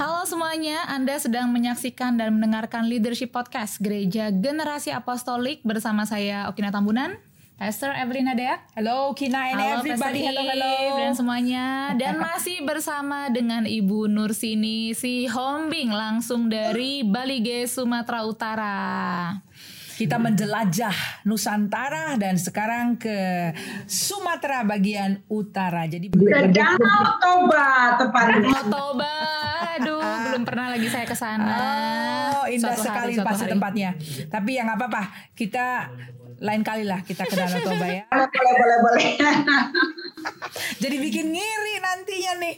Halo semuanya, Anda sedang menyaksikan dan mendengarkan Leadership Podcast Gereja Generasi Apostolik bersama saya Okina Tambunan, Pastor Evelina Dea. Hello Okina and everybody, hello. Dan semuanya, dan masih bersama dengan Ibu Nursini si Hombing langsung dari Balige, Sumatera Utara. Kita menjelajah Nusantara dan sekarang ke Sumatera bagian utara. Jadi Danau Toba tepatnya. Toba, aduh belum pernah lagi saya ke sana. Oh, indah sekali pasti tempatnya. Tapi ya nggak apa-apa, kita lain kali lah kita ke Danau Toba ya. Boleh. Jadi bikin ngiri nantinya nih.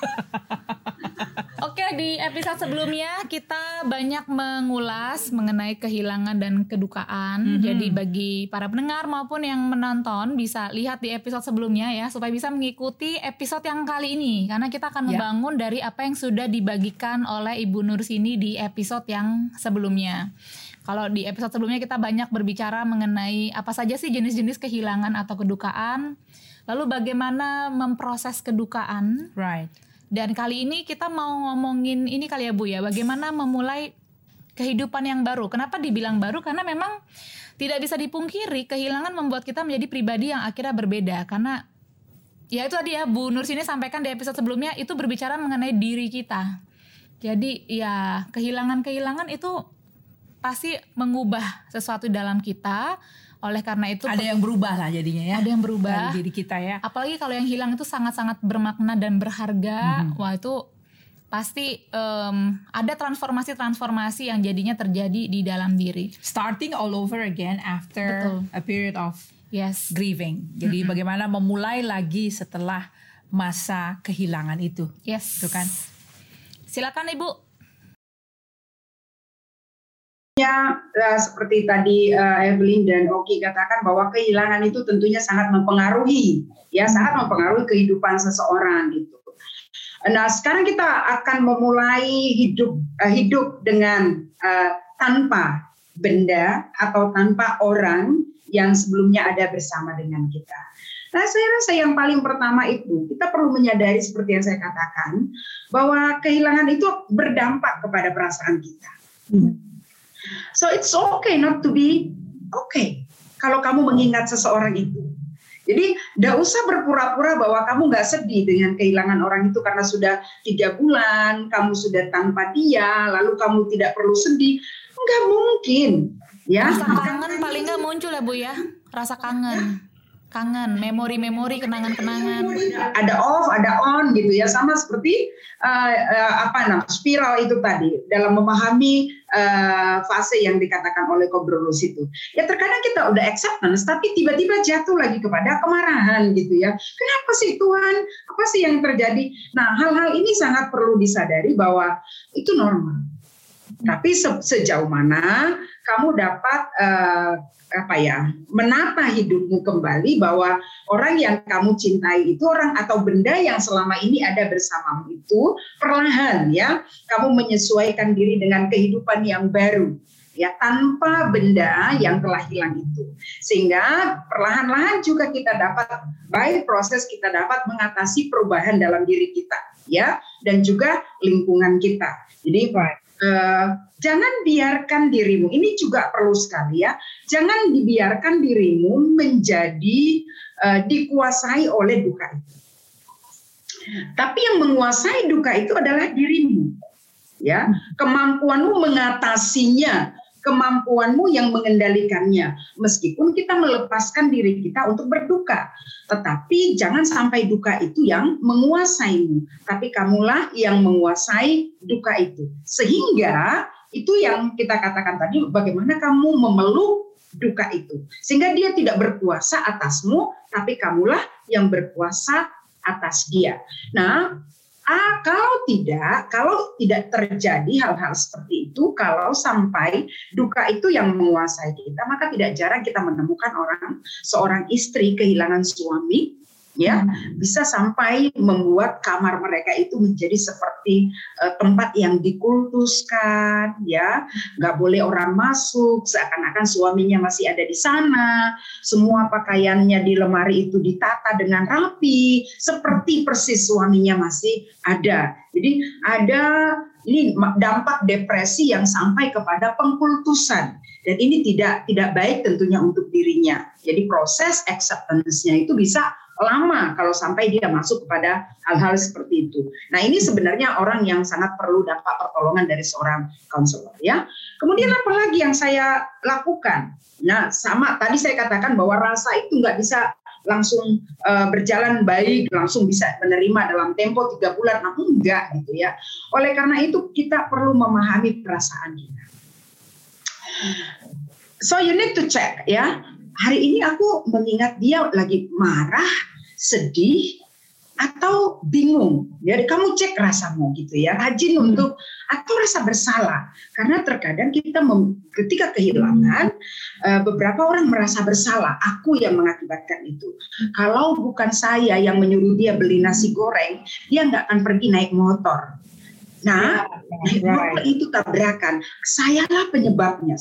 Oke, di episode sebelumnya kita banyak mengulas mengenai kehilangan dan kedukaan. Jadi bagi para pendengar maupun yang menonton bisa lihat di episode sebelumnya ya, supaya bisa mengikuti episode yang kali ini. Karena kita akan membangun dari apa yang sudah dibagikan oleh Ibu Nursini di episode yang sebelumnya. Kalau di episode sebelumnya kita banyak berbicara mengenai apa saja sih jenis-jenis kehilangan atau kedukaan. Lalu bagaimana memproses kedukaan. Right. Dan kali ini kita mau ngomongin ini kali ya Bu ya, bagaimana memulai kehidupan yang baru. Kenapa dibilang baru? Karena memang tidak bisa dipungkiri kehilangan membuat kita menjadi pribadi yang akhirnya berbeda. Karena ya itu tadi ya Bu Nursini sampaikan di episode sebelumnya, itu berbicara mengenai diri kita. Jadi ya kehilangan-kehilangan itu pasti mengubah sesuatu dalam kita. Oleh karena itu ada yang berubah lah jadinya ya. Ada yang berubah dari diri kita ya. Apalagi kalau yang hilang itu sangat-sangat bermakna dan berharga. Wah itu pasti ada transformasi yang jadinya terjadi di dalam diri. Starting all over again after a period of grieving. Jadi bagaimana memulai lagi setelah masa kehilangan itu. Yes. Itu kan. Silakan Ibu. Ya, seperti tadi Evelyn dan Oki katakan bahwa kehilangan itu tentunya sangat mempengaruhi kehidupan seseorang gitu. Nah, sekarang kita akan memulai hidup dengan tanpa benda atau tanpa orang yang sebelumnya ada bersama dengan kita. Nah, saya rasa yang paling pertama itu kita perlu menyadari seperti yang saya katakan bahwa kehilangan itu berdampak kepada perasaan kita. So it's okay not to be okay kalau kamu mengingat seseorang itu. Jadi tidak usah berpura-pura bahwa kamu nggak sedih dengan kehilangan orang itu karena sudah 3 bulan kamu sudah tanpa dia, lalu kamu tidak perlu sedih. Nggak mungkin. Ya. Rasa kangen paling nggak muncul ya Bu ya, rasa kangen, memori-memori, kenangan-kenangan. Ada off, ada on gitu ya, sama seperti spiral itu tadi dalam memahami fase yang dikatakan oleh Kobrolus itu. Ya terkadang kita udah acceptance tapi tiba-tiba jatuh lagi kepada kemarahan gitu ya. Kenapa sih Tuhan? Apa sih yang terjadi? Nah, hal-hal ini sangat perlu disadari bahwa itu normal. Tapi sejauh mana kamu dapat menata hidupmu kembali bahwa orang yang kamu cintai itu orang atau benda yang selama ini ada bersamamu itu perlahan ya kamu menyesuaikan diri dengan kehidupan yang baru ya tanpa benda yang telah hilang itu, sehingga perlahan-lahan juga kita dapat by proses kita dapat mengatasi perubahan dalam diri kita ya dan juga lingkungan kita. Jadi jangan biarkan dirimu, ini juga perlu sekali ya, jangan dibiarkan dirimu menjadi dikuasai oleh duka itu. Tapi yang menguasai duka itu adalah dirimu, ya, kemampuanmu mengatasinya, kemampuanmu yang mengendalikannya. Meskipun kita melepaskan diri kita untuk berduka, tetapi jangan sampai duka itu yang menguasaimu, tapi kamulah yang menguasai duka itu. Sehingga itu yang kita katakan tadi, bagaimana kamu memeluk duka itu. Sehingga dia tidak berkuasa atasmu, tapi kamulah yang berkuasa atas dia. Nah, kalau tidak terjadi hal-hal seperti itu, kalau sampai duka itu yang menguasai kita, maka tidak jarang kita menemukan seorang istri kehilangan suami, ya, bisa sampai membuat kamar mereka itu menjadi seperti tempat yang dikultuskan, ya, nggak boleh orang masuk, seakan-akan suaminya masih ada di sana, semua pakaiannya di lemari itu ditata dengan rapi, seperti persis suaminya masih ada. Jadi ada ini dampak depresi yang sampai kepada pengkultusan. Dan ini tidak baik tentunya untuk dirinya. Jadi proses acceptance-nya itu bisa lama kalau sampai dia masuk kepada hal-hal seperti itu. Nah, ini sebenarnya orang yang sangat perlu dapat pertolongan dari seorang konselor, ya. Kemudian apa lagi yang saya lakukan? Nah, sama tadi saya katakan bahwa rasa itu nggak bisa langsung berjalan baik, langsung bisa menerima dalam tempo 3 bulan, enggak gitu ya. Oleh karena itu kita perlu memahami perasaan kita. So you need to check, ya. Hari ini aku mengingat dia lagi marah, sedih, atau bingung. Jadi kamu cek rasamu gitu ya. Rajin untuk, atau rasa bersalah. Karena terkadang kita ketika kehilangan, beberapa orang merasa bersalah. Aku yang mengakibatkan itu. Kalau bukan saya yang menyuruh dia beli nasi goreng, dia nggak akan pergi naik motor. Nah, itu tabrakan. Sayalah penyebabnya.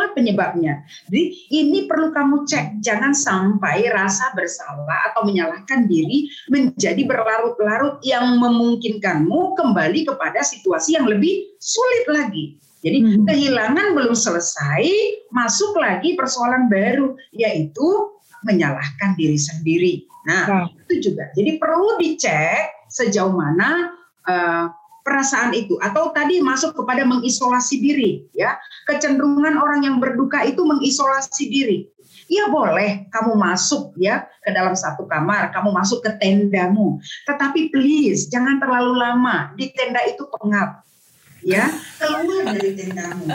Jadi ini perlu kamu cek. Jangan sampai rasa bersalah atau menyalahkan diri menjadi berlarut-larut yang memungkinkanmu kembali kepada situasi yang lebih sulit lagi. Jadi kehilangan belum selesai, masuk lagi persoalan baru, yaitu menyalahkan diri sendiri. Nah, itu juga. Jadi perlu dicek sejauh mana perasaan itu, atau tadi masuk kepada mengisolasi diri, ya. Kecenderungan orang yang berduka itu mengisolasi diri. Ya boleh kamu masuk ya ke dalam satu kamar, kamu masuk ke tendamu, tetapi please jangan terlalu lama. Di tenda itu pengap. Ya, keluar dari tendamu,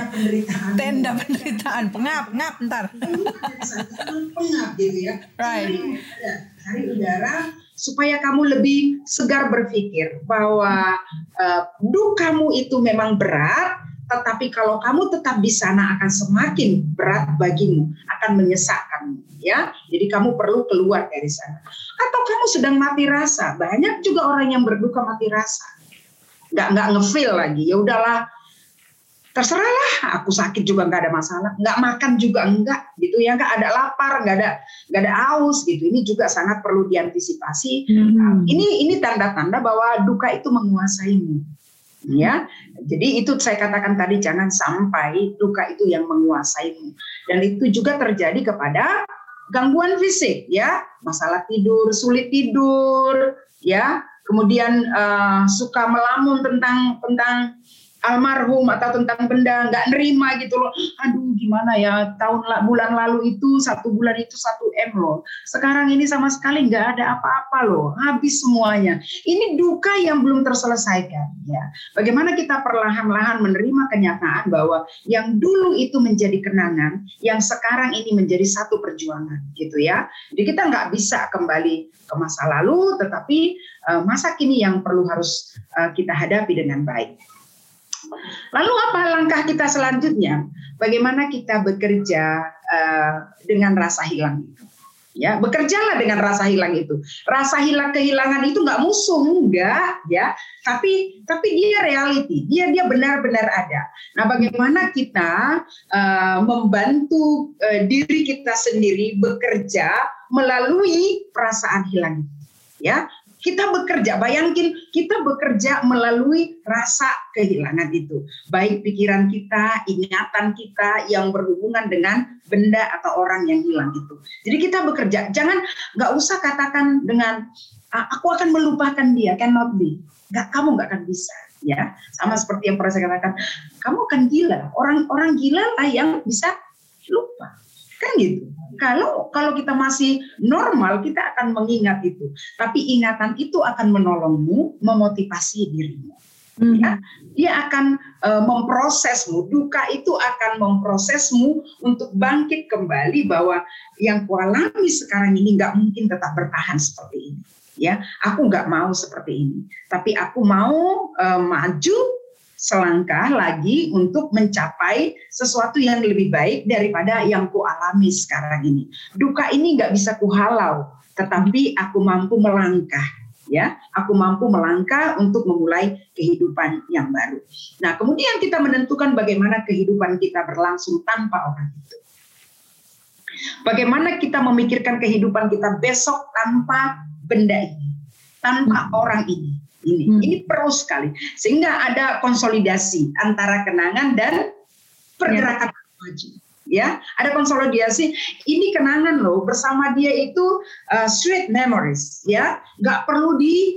tenda penderitaan, pengap, ntar. Pengap gitu ya. Right. Cari udara supaya kamu lebih segar berpikir bahwa dukamu itu memang berat, tetapi kalau kamu tetap di sana akan semakin berat bagimu, akan menyesakkanmu, ya. Jadi kamu perlu keluar dari sana. Atau kamu sedang mati rasa, banyak juga orang yang berduka mati rasa, nggak ngefeel lagi. Ya udahlah, terserahlah, aku sakit juga nggak ada masalah, nggak makan juga enggak gitu ya, nggak ada lapar, nggak ada haus gitu. Ini juga sangat perlu diantisipasi. Ini tanda-tanda bahwa duka itu menguasaimu, ya. Jadi itu saya katakan tadi, jangan sampai duka itu yang menguasaimu. Dan itu juga terjadi kepada gangguan fisik, ya, masalah tidur, sulit tidur, ya, kemudian suka melamun tentang almarhum atau tentang benda, nggak nerima gitu loh. Aduh gimana ya, bulan lalu itu 1 bulan itu 1 M loh. Sekarang ini sama sekali nggak ada apa-apa loh, habis semuanya. Ini duka yang belum terselesaikan. Ya, bagaimana kita perlahan-lahan menerima kenyataan bahwa yang dulu itu menjadi kenangan, yang sekarang ini menjadi satu perjuangan, gitu ya. Jadi kita nggak bisa kembali ke masa lalu, tetapi masa kini yang perlu harus kita hadapi dengan baik. Lalu apa langkah kita selanjutnya? Bagaimana kita bekerja dengan rasa hilang itu? Ya, bekerjalah dengan rasa hilang itu. Rasa kehilangan itu nggak musuh, enggak, ya. Tapi dia reality, dia benar-benar ada. Nah, bagaimana kita membantu diri kita sendiri bekerja melalui perasaan hilang itu? Ya. Kita bekerja, bayangin kita bekerja melalui rasa kehilangan itu. Baik pikiran kita, ingatan kita yang berhubungan dengan benda atau orang yang hilang itu. Jadi kita bekerja, nggak usah katakan dengan, aku akan melupakan dia, cannot be. Kamu nggak akan bisa. Ya, sama seperti yang pernah saya katakan, kamu akan gila. Orang gila lah yang bisa lupa. Kan gitu. Kalau kita masih normal, kita akan mengingat itu. Tapi ingatan itu akan menolongmu, memotivasi dirimu. Ya, dia akan memprosesmu. Duka itu akan memprosesmu untuk bangkit kembali bahwa yang kualami sekarang ini nggak mungkin tetap bertahan seperti ini. Ya, aku nggak mau seperti ini. Tapi aku mau maju selangkah lagi untuk mencapai sesuatu yang lebih baik daripada yang ku alami sekarang ini. Duka ini nggak bisa kuhalau, tetapi aku mampu melangkah, ya. Aku mampu melangkah untuk memulai kehidupan yang baru. Nah, kemudian kita menentukan bagaimana kehidupan kita berlangsung tanpa orang itu. Bagaimana kita memikirkan kehidupan kita besok tanpa benda ini. tanpa orang ini. Ini perlu sekali. Sehingga ada konsolidasi antara kenangan dan pergerakan maju. Ya, ada konsolidasi. Ini kenangan loh, bersama dia itu sweet memories. Ya, nggak perlu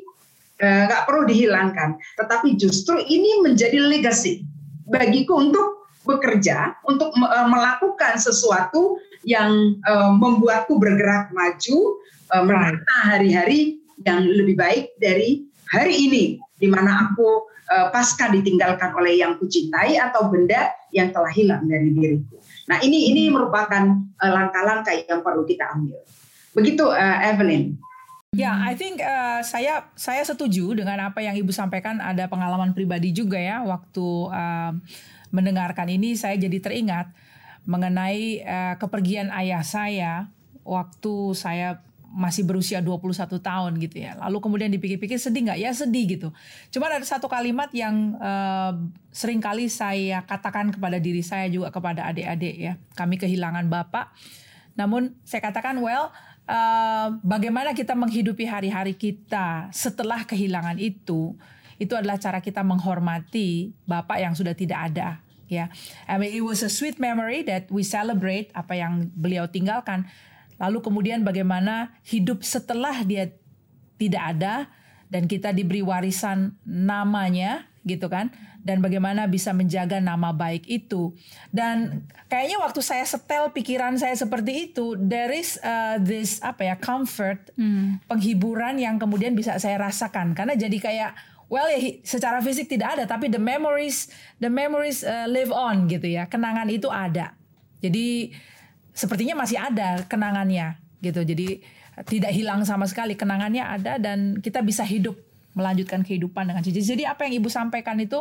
dihilangkan. Tetapi justru ini menjadi legacy bagiku untuk bekerja, untuk melakukan sesuatu yang membuatku bergerak maju, menata hari-hari yang lebih baik dari hari ini, di mana aku pasca ditinggalkan oleh yang kucintai atau benda yang telah hilang dari diriku. Nah, ini merupakan langkah-langkah yang perlu kita ambil. Begitu, Evelyn. Ya, I think saya setuju dengan apa yang Ibu sampaikan. Ada pengalaman pribadi juga ya, waktu mendengarkan ini saya jadi teringat mengenai kepergian ayah saya waktu saya masih berusia 21 tahun gitu ya. Lalu kemudian dipikir-pikir sedih nggak? Ya sedih gitu. Cuma ada satu kalimat yang sering kali saya katakan kepada diri saya juga kepada adik-adik ya. Kami kehilangan bapak. Namun saya katakan bagaimana kita menghidupi hari-hari kita setelah kehilangan itu adalah cara kita menghormati bapak yang sudah tidak ada. Ya, I mean, it was a sweet memory that we celebrate apa yang beliau tinggalkan. Lalu kemudian bagaimana hidup setelah dia tidak ada dan kita diberi warisan namanya gitu kan, dan bagaimana bisa menjaga nama baik itu. Dan kayaknya waktu saya setel pikiran saya seperti itu, there is this comfort, penghiburan yang kemudian bisa saya rasakan karena jadi kayak secara fisik tidak ada, tapi the memories live on gitu ya. Kenangan itu ada. Jadi sepertinya masih ada kenangannya gitu. Jadi tidak hilang sama sekali, kenangannya ada dan kita bisa hidup, melanjutkan kehidupan dengan cici. Jadi apa yang Ibu sampaikan itu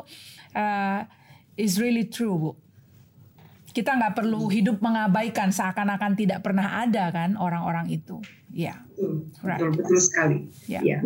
is really true, Bu. Kita nggak perlu hidup mengabaikan seakan-akan tidak pernah ada kan orang-orang itu. Ya, yeah. Betul sekali. Yeah.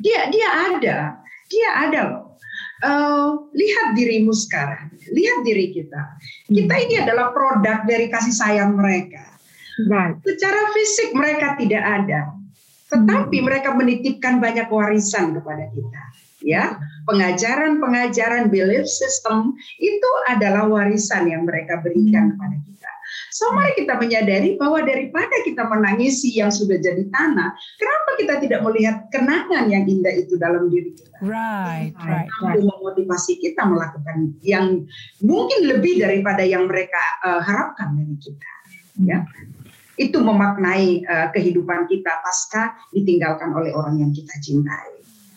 Dia ada loh. Lihat dirimu sekarang, lihat diri kita. Kita ini adalah produk dari kasih sayang mereka. Right. Secara fisik mereka tidak ada, tetapi mereka menitipkan banyak warisan kepada kita. Ya, pengajaran belief system itu adalah warisan yang mereka berikan kepada kita. So mari kita menyadari bahwa daripada kita menangisi yang sudah jadi tanah, kenapa kita tidak melihat kenangan yang indah itu dalam diri kita? Right. Memotivasi kita melakukan yang mungkin lebih daripada yang mereka harapkan dari kita. Ya, itu memaknai kehidupan kita pasca ditinggalkan oleh orang yang kita cintai.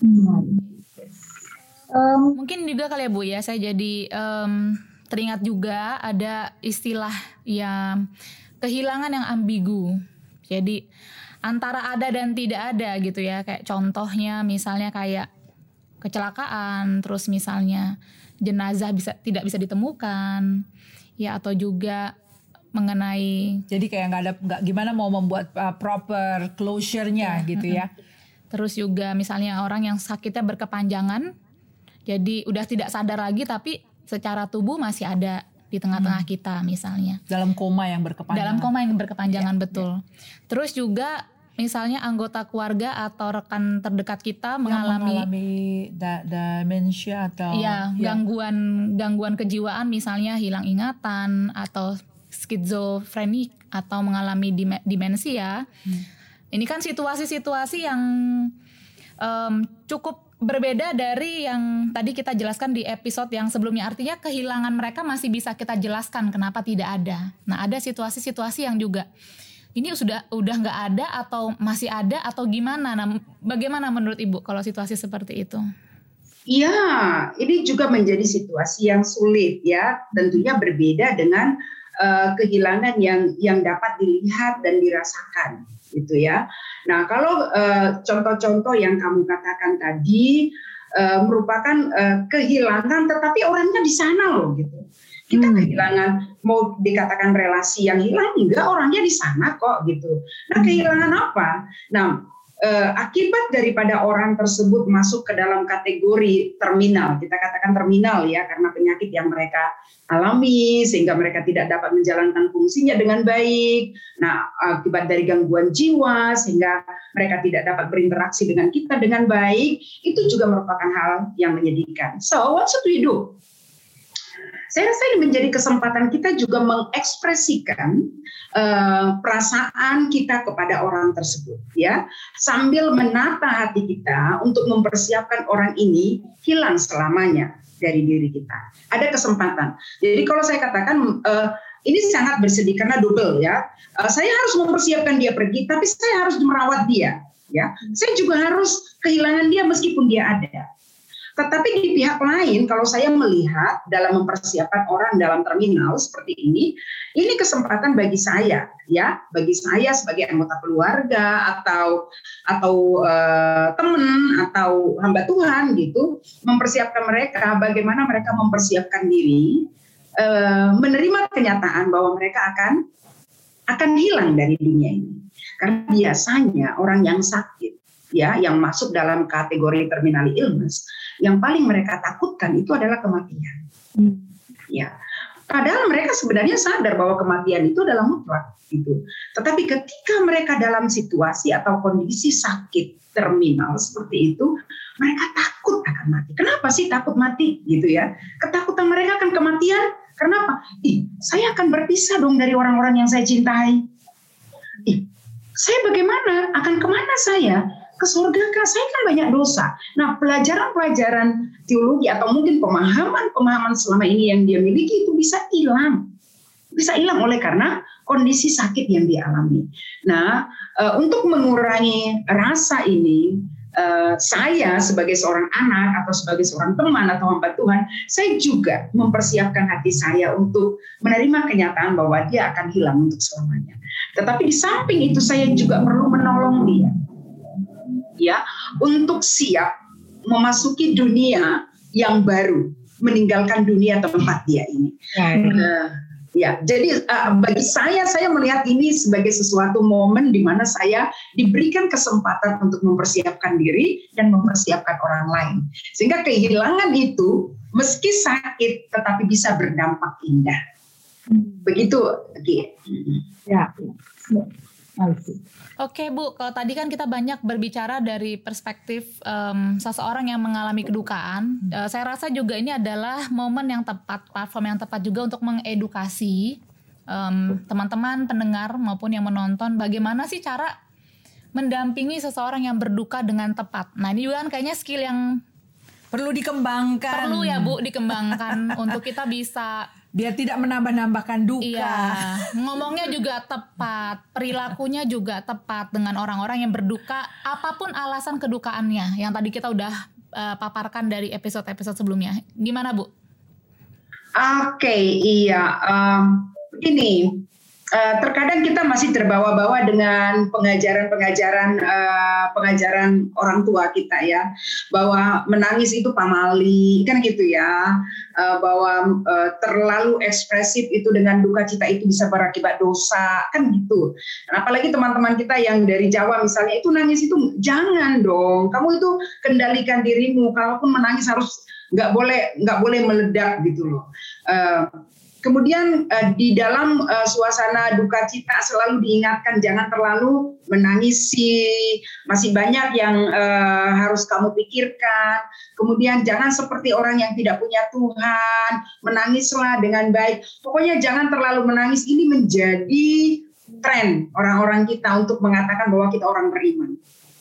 Mungkin juga kali ya Bu ya, saya jadi teringat juga ada istilah yang kehilangan yang ambigu. Jadi antara ada dan tidak ada gitu ya. Kayak contohnya misalnya kayak kecelakaan, terus misalnya jenazah tidak bisa ditemukan, ya, atau juga mengenai jadi kayak nggak gimana mau membuat proper closure-nya gitu ya. Terus juga misalnya orang yang sakitnya berkepanjangan, jadi udah tidak sadar lagi tapi secara tubuh masih ada di tengah-tengah kita misalnya. Dalam koma yang berkepanjangan. Betul. Terus juga misalnya anggota keluarga atau rekan terdekat kita mengalami demensia atau gangguan kejiwaan, misalnya hilang ingatan atau skizofrenik atau mengalami demensia. Ini kan situasi-situasi yang cukup berbeda dari yang tadi kita jelaskan di episode yang sebelumnya. Artinya kehilangan mereka masih bisa kita jelaskan kenapa tidak ada. Nah, ada situasi-situasi yang juga ini udah nggak ada atau masih ada atau gimana. Nah, bagaimana menurut Ibu kalau situasi seperti itu? Iya, ini juga menjadi situasi yang sulit ya. Tentunya berbeda dengan kehilangan yang dapat dilihat dan dirasakan, gitu ya. Nah, kalau contoh-contoh yang kamu katakan tadi merupakan kehilangan, tetapi orangnya di sana loh, gitu. Kita kehilangan, mau dikatakan relasi yang hilang, enggak, orangnya di sana kok, gitu. Nah, kehilangan apa? Nah, akibat daripada orang tersebut masuk ke dalam kategori terminal, kita katakan terminal ya, karena penyakit yang mereka alami sehingga mereka tidak dapat menjalankan fungsinya dengan baik. Nah, akibat dari gangguan jiwa sehingga mereka tidak dapat berinteraksi dengan kita dengan baik, itu juga merupakan hal yang menyedihkan. So, what should we do? Saya rasa ini menjadi kesempatan kita juga mengekspresikan perasaan kita kepada orang tersebut, ya, sambil menata hati kita untuk mempersiapkan orang ini hilang selamanya dari diri kita. Ada kesempatan. Jadi kalau saya katakan ini sangat bersedih karena double ya. Saya harus mempersiapkan dia pergi, tapi saya harus merawat dia, ya. Saya juga harus kehilangan dia meskipun dia ada. Tetapi di pihak lain, kalau saya melihat dalam mempersiapkan orang dalam terminal seperti ini kesempatan bagi saya, ya, bagi saya sebagai anggota keluarga atau teman atau hamba Tuhan gitu, mempersiapkan mereka, bagaimana mereka mempersiapkan diri, menerima kenyataan bahwa mereka akan hilang dari dunia ini. Karena biasanya orang yang sakit, ya, yang masuk dalam kategori terminal illness, yang paling mereka takutkan itu adalah kematian. Ya, padahal mereka sebenarnya sadar bahwa kematian itu adalah mutlak, gitu. Tetapi ketika mereka dalam situasi atau kondisi sakit terminal seperti itu, mereka takut akan mati. Kenapa sih takut mati, gitu ya? Ketakutan mereka akan kematian. Kenapa? Saya akan berpisah dong dari orang-orang yang saya cintai. Saya bagaimana? Akan kemana saya? Ke surga kan, saya kan banyak dosa. Nah, pelajaran-pelajaran teologi atau mungkin pemahaman selama ini yang dia miliki itu bisa hilang. Bisa hilang oleh karena kondisi sakit yang dialami. Nah, untuk mengurangi rasa ini, saya sebagai seorang anak atau sebagai seorang teman atau hamba Tuhan, saya juga mempersiapkan hati saya untuk menerima kenyataan bahwa dia akan hilang untuk selamanya. Tetapi di samping itu saya juga perlu menolong dia, ya, untuk siap memasuki dunia yang baru, meninggalkan dunia tempat dia ini. Ya, jadi bagi saya melihat ini sebagai sesuatu momen di mana saya diberikan kesempatan untuk mempersiapkan diri dan mempersiapkan orang lain. Sehingga kehilangan itu meski sakit tetapi bisa berdampak indah. Begitu, Ya. Oke Bu, kalau tadi kan kita banyak berbicara dari perspektif seseorang yang mengalami kedukaan. Saya rasa juga ini adalah momen yang tepat, platform yang tepat juga untuk mengedukasi teman-teman pendengar maupun yang menonton bagaimana sih cara mendampingi seseorang yang berduka dengan tepat. Nah ini juga kan kayaknya skill yang Perlu dikembangkan. perlu ya Bu dikembangkan untuk kita bisa Biar tidak menambah-nambahkan duka. iya, ngomongnya juga tepat, perilakunya juga tepat dengan orang-orang yang berduka, apapun alasan kedukaannya, yang tadi kita udah paparkan dari episode-episode sebelumnya. Gimana Bu? Oke, iya. Begini, terkadang kita masih terbawa-bawa dengan pengajaran orang tua kita ya, bahwa menangis itu pamali, kan gitu ya, bahwa terlalu ekspresif itu dengan duka cita itu bisa berakibat dosa, kan gitu. Nah, apalagi teman-teman kita yang dari Jawa misalnya, itu nangis itu jangan dong, kamu itu kendalikan dirimu, kalaupun menangis harus nggak boleh meledak gitu loh. Kemudian di dalam suasana duka cita selalu diingatkan jangan terlalu menangisi, masih banyak yang harus kamu pikirkan. Kemudian jangan seperti orang yang tidak punya Tuhan, menangislah dengan baik. Pokoknya jangan terlalu menangis, ini menjadi tren orang-orang kita untuk mengatakan bahwa kita orang beriman.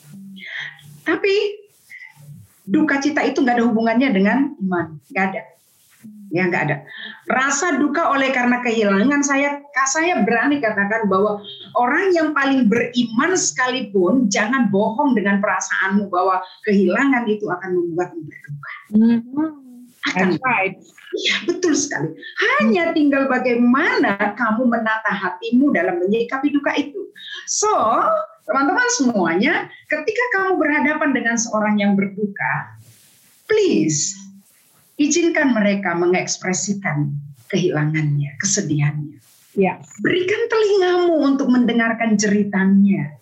Tapi duka cita itu nggak ada hubungannya dengan iman, nggak ada. Ya nggak ada. Rasa duka oleh karena kehilangan, saya berani katakan bahwa orang yang paling beriman sekalipun jangan bohong dengan perasaanmu bahwa kehilangan itu akan membuatmu berduka. Akan. Ya betul sekali. Hanya tinggal bagaimana kamu menata hatimu dalam menyikapi duka itu. So teman-teman semuanya, ketika kamu berhadapan dengan seorang yang berduka, please izinkan mereka mengekspresikan kehilangannya, kesedihannya. Ya. Berikan telingamu untuk mendengarkan jeritannya.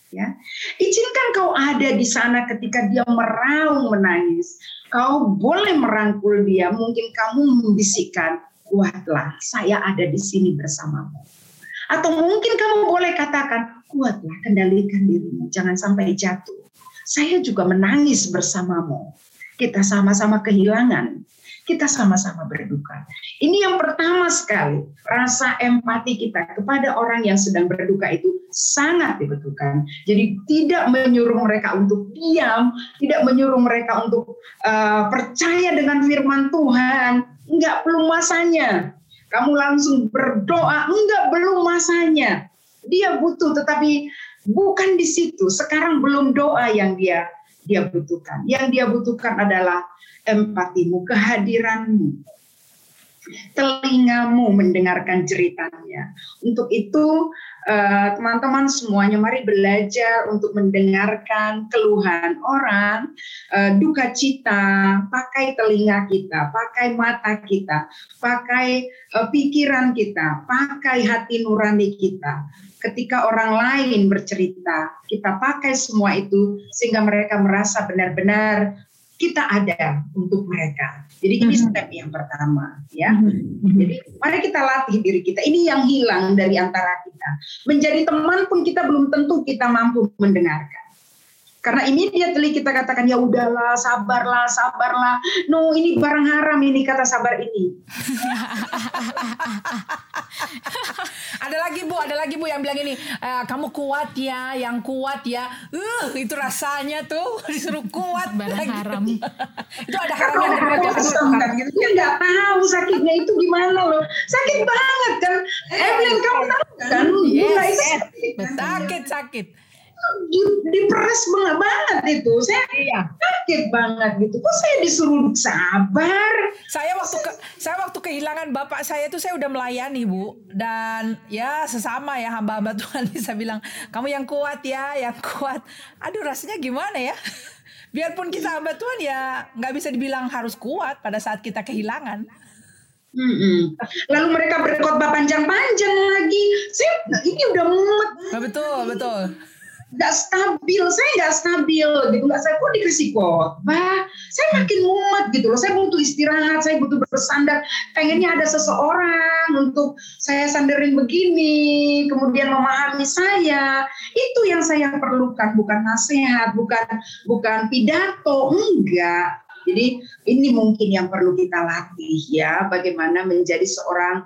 Ya, izinkan kau ada di sana ketika dia meraung menangis. Kau boleh merangkul dia, mungkin kamu membisikkan, kuatlah, saya ada di sini bersamamu. Atau mungkin kamu boleh katakan, kuatlah, kendalikan dirimu, jangan sampai jatuh. Saya juga menangis bersamamu. Kita sama-sama kehilangan, kita sama-sama berduka. Ini yang pertama sekali, rasa empati kita kepada orang yang sedang berduka itu sangat dibutuhkan. Jadi tidak menyuruh mereka untuk diam, tidak menyuruh mereka untuk percaya dengan firman Tuhan. Enggak, belum masanya. Kamu langsung berdoa, enggak, belum masanya. Dia butuh, tetapi bukan di situ. Sekarang belum doa yang dia butuhkan. Yang dia butuhkan adalah empatimu, kehadiranmu, telingamu mendengarkan ceritanya. Untuk itu teman-teman semuanya mari belajar untuk mendengarkan keluhan orang, duka cita, pakai telinga kita, pakai mata kita, pakai pikiran kita, pakai hati nurani kita. Ketika orang lain bercerita, kita pakai semua itu sehingga mereka merasa benar-benar kita ada untuk mereka. Jadi ini step yang pertama, ya. Jadi mari kita latih diri kita. Ini yang hilang dari antara kita. Menjadi teman pun kita belum tentu kita mampu mendengarkan. Karena immediately kita katakan, ya udahlah, sabarlah. No, ini barang haram ini kata sabar ini. Ada lagi bu yang bilang ini, kamu kuat ya, yang kuat ya. Itu rasanya tuh disuruh kuat. Barang haram. Itu ada haram yang berbeda. Kan gitu. Dia nggak tahu sakitnya itu gimana loh. Sakit banget kan. Evelyn, kamu tahu kan? Yes. Sakit. Diperes banget itu. Saya sakit banget gitu. Kok saya disuruh sabar? Saya waktu kehilangan bapak saya itu saya udah melayani bu, dan ya sesama ya hamba-hamba Tuhan bisa bilang kamu yang kuat ya, yang kuat. Aduh rasanya gimana ya? Biarpun kita hamba Tuhan ya nggak bisa dibilang harus kuat pada saat kita kehilangan. Lalu mereka berkhotbah panjang-panjang lagi. Ini udah mumet. Betul. Nggak stabil, saya nggak stabil gitu, nggak, saya kok dikasih khotbah, saya makin mumet gitu loh, saya butuh istirahat, saya butuh bersandar, pengennya ada seseorang untuk saya sandarin begini, kemudian memahami saya, itu yang saya perlukan, bukan nasihat, bukan pidato, enggak. Jadi ini mungkin yang perlu kita latih ya, bagaimana menjadi seorang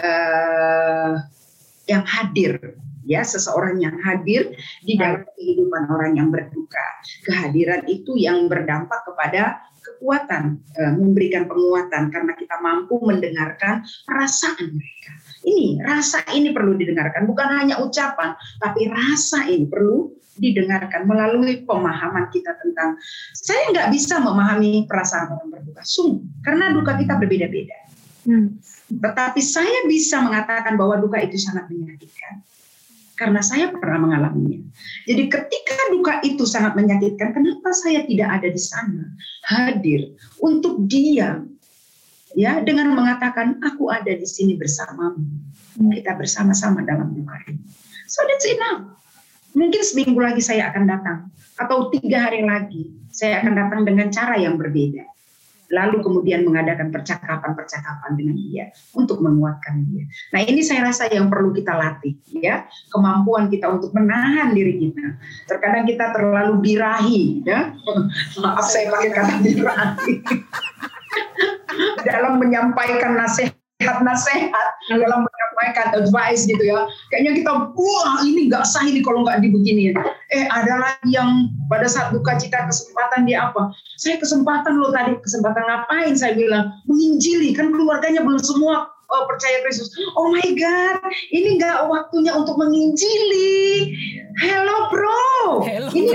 yang hadir. Ya, seseorang yang hadir di dalam kehidupan orang yang berduka. Kehadiran itu yang berdampak kepada kekuatan, memberikan penguatan karena kita mampu mendengarkan perasaan mereka. Rasa ini perlu didengarkan, bukan hanya ucapan, tapi rasa ini perlu didengarkan melalui pemahaman kita tentang, saya nggak bisa memahami perasaan orang berduka, sungguh, karena duka kita berbeda-beda. Tetapi saya bisa mengatakan bahwa duka itu sangat menyakitkan. Karena saya pernah mengalaminya. Jadi ketika duka itu sangat menyakitkan, kenapa saya tidak ada di sana, hadir untuk diam, ya, dengan mengatakan aku ada di sini bersamamu, kita bersama-sama dalam duka ini. So that's enough. Mungkin seminggu lagi saya akan datang, atau 3 hari lagi saya akan datang dengan cara yang berbeda. Lalu kemudian mengadakan percakapan-percakapan dengan dia untuk menguatkan dia. Nah ini saya rasa yang perlu kita latih ya, kemampuan kita untuk menahan diri kita. Terkadang kita terlalu birahi ya, maaf saya pakai kata birahi dalam menyampaikan nasihat, dalam menyampaikan advice gitu ya. Kayaknya kita, wah ini nggak sah ini kalau nggak dibeginiin. Ada lagi yang pada saat duka cita kesempatan dia apa? Saya kesempatan loh tadi, kesempatan ngapain? Saya bilang, menginjili, kan keluarganya belum semua percaya Kristus. Oh my God, ini nggak waktunya untuk menginjili. Hello bro. Ini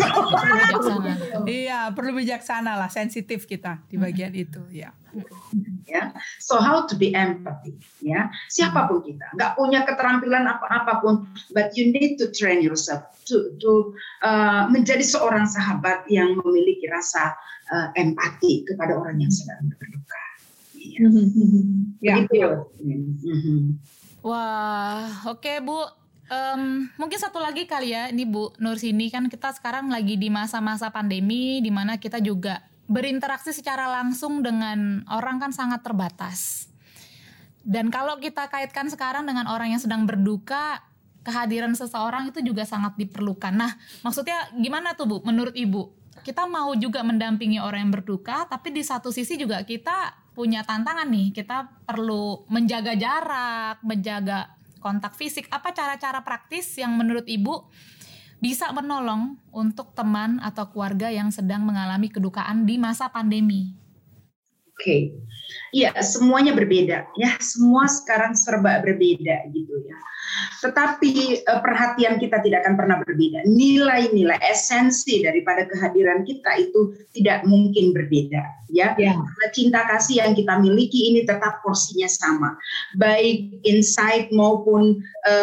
iya, perlu bijaksana lah, sensitif kita di bagian itu ya. Ya, so how to be empathy, ya, siapapun kita, nggak punya keterampilan apapun, but you need to train yourself to menjadi seorang sahabat yang memiliki rasa empati kepada orang yang sedang berduka. Wah, oke Bu. Mungkin satu lagi kali ya, ini Bu Nursini, kan kita sekarang lagi di masa-masa pandemi di mana kita juga berinteraksi secara langsung dengan orang kan sangat terbatas. Dan kalau kita kaitkan sekarang dengan orang yang sedang berduka, kehadiran seseorang itu juga sangat diperlukan. Nah, maksudnya gimana tuh Bu, menurut Ibu? Kita mau juga mendampingi orang yang berduka, tapi di satu sisi juga kita punya tantangan nih. Kita perlu menjaga jarak, menjaga kontak fisik. Apa cara-cara praktis yang menurut Ibu bisa menolong untuk teman atau keluarga yang sedang mengalami kedukaan di masa pandemi? Oke, ya semuanya berbeda ya, semua sekarang serba berbeda gitu ya. Tetapi perhatian kita tidak akan pernah berbeda. Nilai-nilai esensi daripada kehadiran kita itu tidak mungkin berbeda ya. Karena cinta kasih yang kita miliki ini tetap porsinya sama, baik inside maupun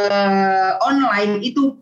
online itu.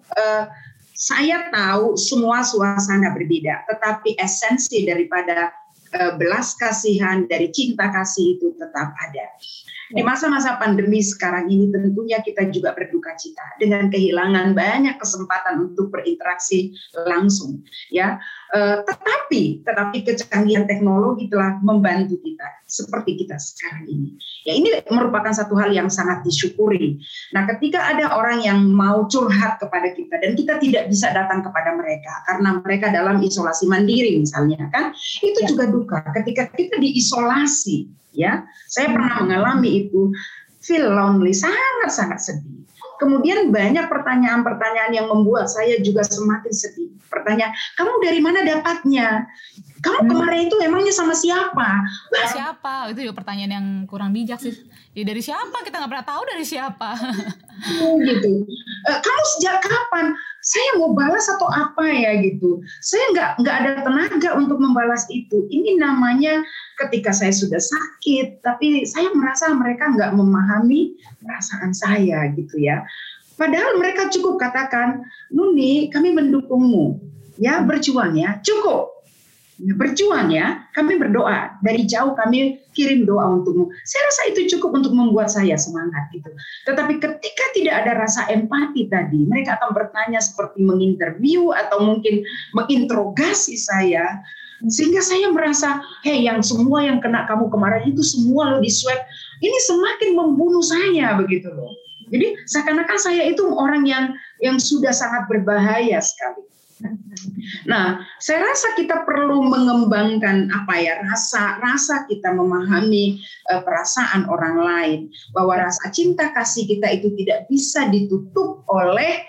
Saya tahu semua suasana berbeda, tetapi esensi daripada belas kasihan, dari cinta kasih itu tetap ada. Di masa-masa pandemi sekarang ini tentunya kita juga berduka cita dengan kehilangan banyak kesempatan untuk berinteraksi langsung ya. Tetapi kecanggihan teknologi telah membantu kita seperti kita sekarang ini. Ya, ini merupakan satu hal yang sangat disyukuri. Nah, ketika ada orang yang mau curhat kepada kita dan kita tidak bisa datang kepada mereka karena mereka dalam isolasi mandiri misalnya kan, itu juga duka ketika kita diisolasi. Ya, saya pernah mengalami itu, feel lonely, sangat-sangat sedih. Kemudian banyak pertanyaan-pertanyaan yang membuat saya juga semakin sedih. Pertanyaan, kamu dari mana dapatnya? Kamu kemarin itu emangnya sama siapa? Siapa? Itu juga pertanyaan yang kurang bijak sih. Ya, dari siapa? Kita nggak pernah tahu dari siapa. Gitu. Kamu sejak kapan? Saya mau balas atau apa ya gitu. Saya nggak ada tenaga untuk membalas itu. Ini namanya ketika saya sudah sakit, tapi saya merasa mereka nggak memahami perasaan saya gitu ya. Padahal mereka cukup katakan, Nuni, kami mendukungmu, ya berjuang ya, cukup. Berjuang ya, kami berdoa, dari jauh kami kirim doa untukmu. Saya rasa itu cukup untuk membuat saya semangat gitu. Tetapi ketika tidak ada rasa empati tadi, mereka akan bertanya seperti menginterview atau mungkin menginterogasi saya, sehingga saya merasa, hei, yang semua yang kena kamu kemarin itu semua lo di swab, ini semakin membunuh saya begitu loh. Jadi seakan-akan saya itu orang yang sudah sangat berbahaya sekali. Nah, saya rasa kita perlu mengembangkan rasa kita memahami perasaan orang lain, bahwa rasa cinta kasih kita itu tidak bisa ditutup oleh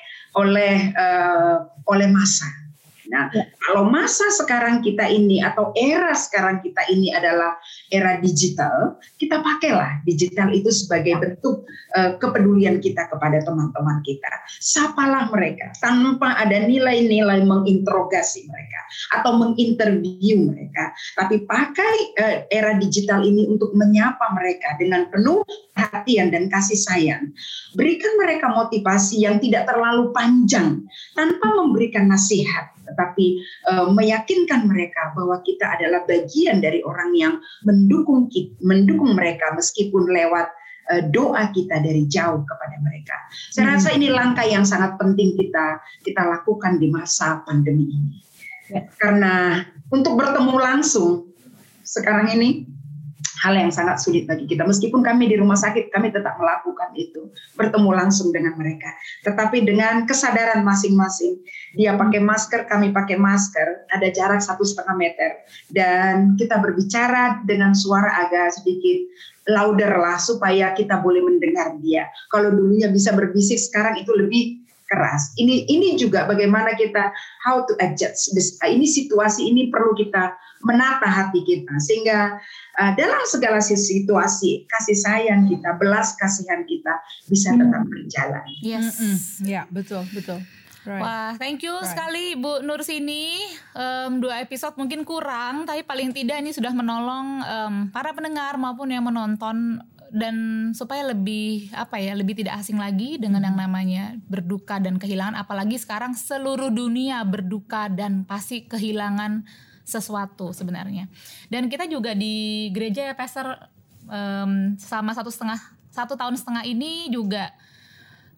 massa. Nah, kalau masa sekarang kita ini atau era sekarang kita ini adalah era digital, kita pakailah digital itu sebagai bentuk kepedulian kita kepada teman-teman kita. Sapalah mereka tanpa ada nilai-nilai menginterogasi mereka atau menginterview mereka, tapi pakai era digital ini untuk menyapa mereka dengan penuh perhatian dan kasih sayang. Berikan mereka motivasi yang tidak terlalu panjang tanpa memberikan nasihat, tetapi meyakinkan mereka bahwa kita adalah bagian dari orang yang mendukung mereka meskipun lewat doa kita dari jauh kepada mereka. Saya rasa ini langkah yang sangat penting kita lakukan di masa pandemi ini. Karena untuk bertemu langsung sekarang ini hal yang sangat sulit bagi kita. Meskipun kami di rumah sakit, kami tetap melakukan itu, bertemu langsung dengan mereka. Tetapi dengan kesadaran masing-masing, dia pakai masker, kami pakai masker, ada jarak 1,5 meter, dan kita berbicara dengan suara agak sedikit louder lah, supaya kita boleh mendengar dia. Kalau dulunya bisa berbisik, sekarang itu lebih keras. Ini juga bagaimana kita how to adjust. Ini situasi ini perlu kita menata hati kita sehingga dalam segala situasi kasih sayang kita, belas kasihan kita bisa tetap berjalan. Yes. Ya, betul. Right. Wah, thank you sekali Bu Nursini. 2 episode mungkin kurang, tapi paling tidak ini sudah menolong para pendengar maupun yang menonton, dan supaya lebih tidak asing lagi dengan yang namanya berduka dan kehilangan, apalagi sekarang seluruh dunia berduka dan pasti kehilangan sesuatu sebenarnya. Dan kita juga di gereja ya Pastor, sama 1,5 tahun ini juga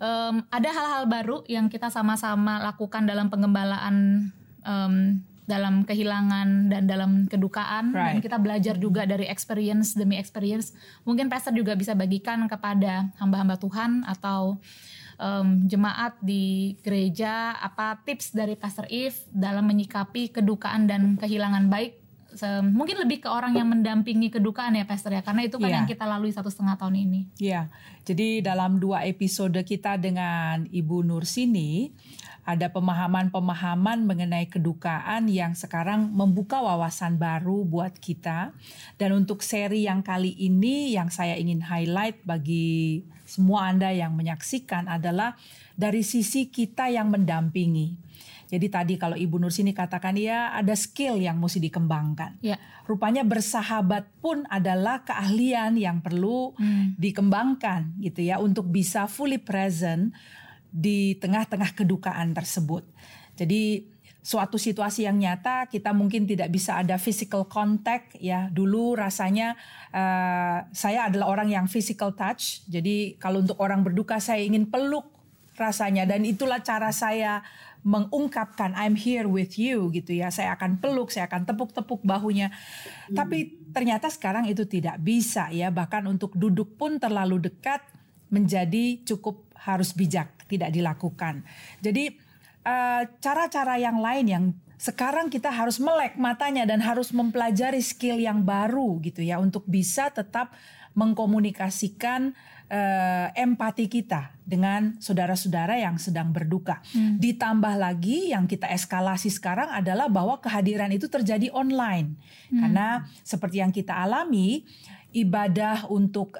ada hal-hal baru yang kita sama-sama lakukan dalam penggembalaan, dalam kehilangan dan dalam kedukaan, dan kita belajar juga dari experience demi experience. Mungkin Pastor juga bisa bagikan kepada hamba-hamba Tuhan atau jemaat di gereja, apa tips dari Pastor Eve dalam menyikapi kedukaan dan kehilangan, baik mungkin lebih ke orang yang mendampingi kedukaan ya Pastor ya, karena itu kan yang kita lalui 1,5 tahun ini. Iya, jadi dalam 2 episode kita dengan Ibu Nursini ada pemahaman-pemahaman mengenai kedukaan yang sekarang membuka wawasan baru buat kita. Dan untuk seri yang kali ini yang saya ingin highlight bagi semua Anda yang menyaksikan adalah dari sisi kita yang mendampingi. Jadi tadi kalau Ibu Nursini katakan ya ada skill yang mesti dikembangkan. Ya. Rupanya bersahabat pun adalah keahlian yang perlu dikembangkan gitu ya, untuk bisa fully present di tengah-tengah kedukaan tersebut. Jadi suatu situasi yang nyata kita mungkin tidak bisa ada physical contact ya. Dulu rasanya saya adalah orang yang physical touch. Jadi kalau untuk orang berduka saya ingin peluk rasanya, dan itulah cara saya mengungkapkan I'm here with you gitu ya. Saya akan peluk, saya akan tepuk-tepuk bahunya. Tapi ternyata sekarang itu tidak bisa ya. Bahkan untuk duduk pun terlalu dekat menjadi cukup harus bijak, tidak dilakukan. Jadi cara-cara yang lain yang sekarang kita harus melek matanya dan harus mempelajari skill yang baru gitu ya, untuk bisa tetap mengkomunikasikan empati kita dengan saudara-saudara yang sedang berduka. Ditambah lagi yang kita eskalasi sekarang adalah bahwa kehadiran itu terjadi online. Karena seperti yang kita alami, ibadah untuk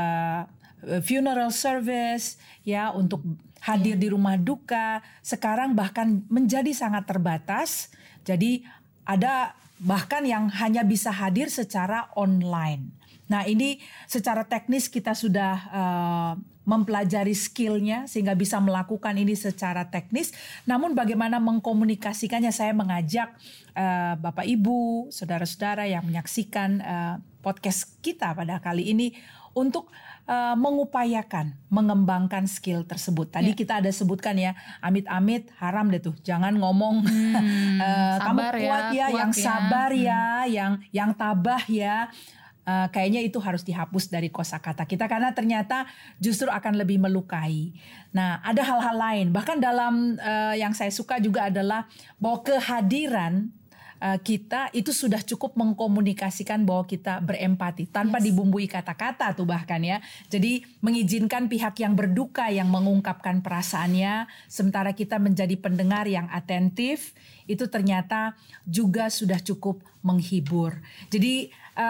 funeral service ya, untuk hadir di rumah duka sekarang bahkan menjadi sangat terbatas. Jadi ada bahkan yang hanya bisa hadir secara online. Nah ini secara teknis kita sudah mempelajari skillnya sehingga bisa melakukan ini secara teknis. Namun bagaimana mengkomunikasikannya, saya mengajak Bapak Ibu, saudara-saudara yang menyaksikan podcast kita pada kali ini untuk mengupayakan mengembangkan skill tersebut. Tadi kita ada sebutkan ya, amit-amit haram deh tuh, jangan ngomong kamu kuat ya, yang sabar ya, yang tabah ya. Kayaknya itu harus dihapus dari kosakata kita, karena ternyata justru akan lebih melukai. Nah ada hal-hal lain, bahkan dalam yang saya suka juga adalah bahwa kehadiran kita itu sudah cukup mengkomunikasikan bahwa kita berempati tanpa dibumbui kata-kata tuh bahkan ya. Jadi mengizinkan pihak yang berduka yang mengungkapkan perasaannya, sementara kita menjadi pendengar yang atentif, itu ternyata juga sudah cukup menghibur. Jadi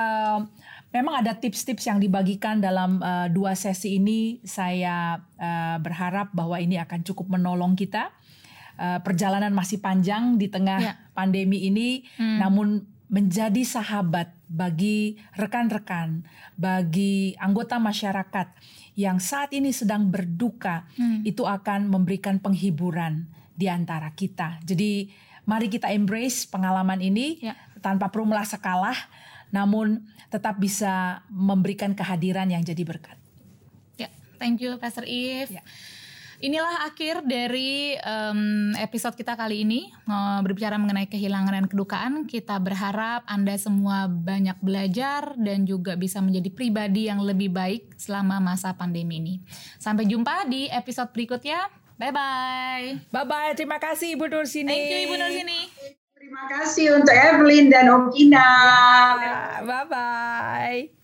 memang ada tips-tips yang dibagikan dalam 2 sesi ini. Saya berharap bahwa ini akan cukup menolong kita. Perjalanan masih panjang di tengah pandemi ini, namun menjadi sahabat bagi rekan-rekan, bagi anggota masyarakat yang saat ini sedang berduka, itu akan memberikan penghiburan di antara kita. Jadi mari kita embrace pengalaman ini tanpa perlu merasa kalah, namun tetap bisa memberikan kehadiran yang jadi berkat. Ya, thank you Pastor Eve. Inilah akhir dari episode kita kali ini, berbicara mengenai kehilangan dan kedukaan. Kita berharap Anda semua banyak belajar dan juga bisa menjadi pribadi yang lebih baik selama masa pandemi ini. Sampai jumpa di episode berikutnya. Bye-bye. Bye-bye, terima kasih Ibu Nursini. Thank you Ibu Nursini. Terima kasih untuk Evelyn dan Okina. Bye-bye.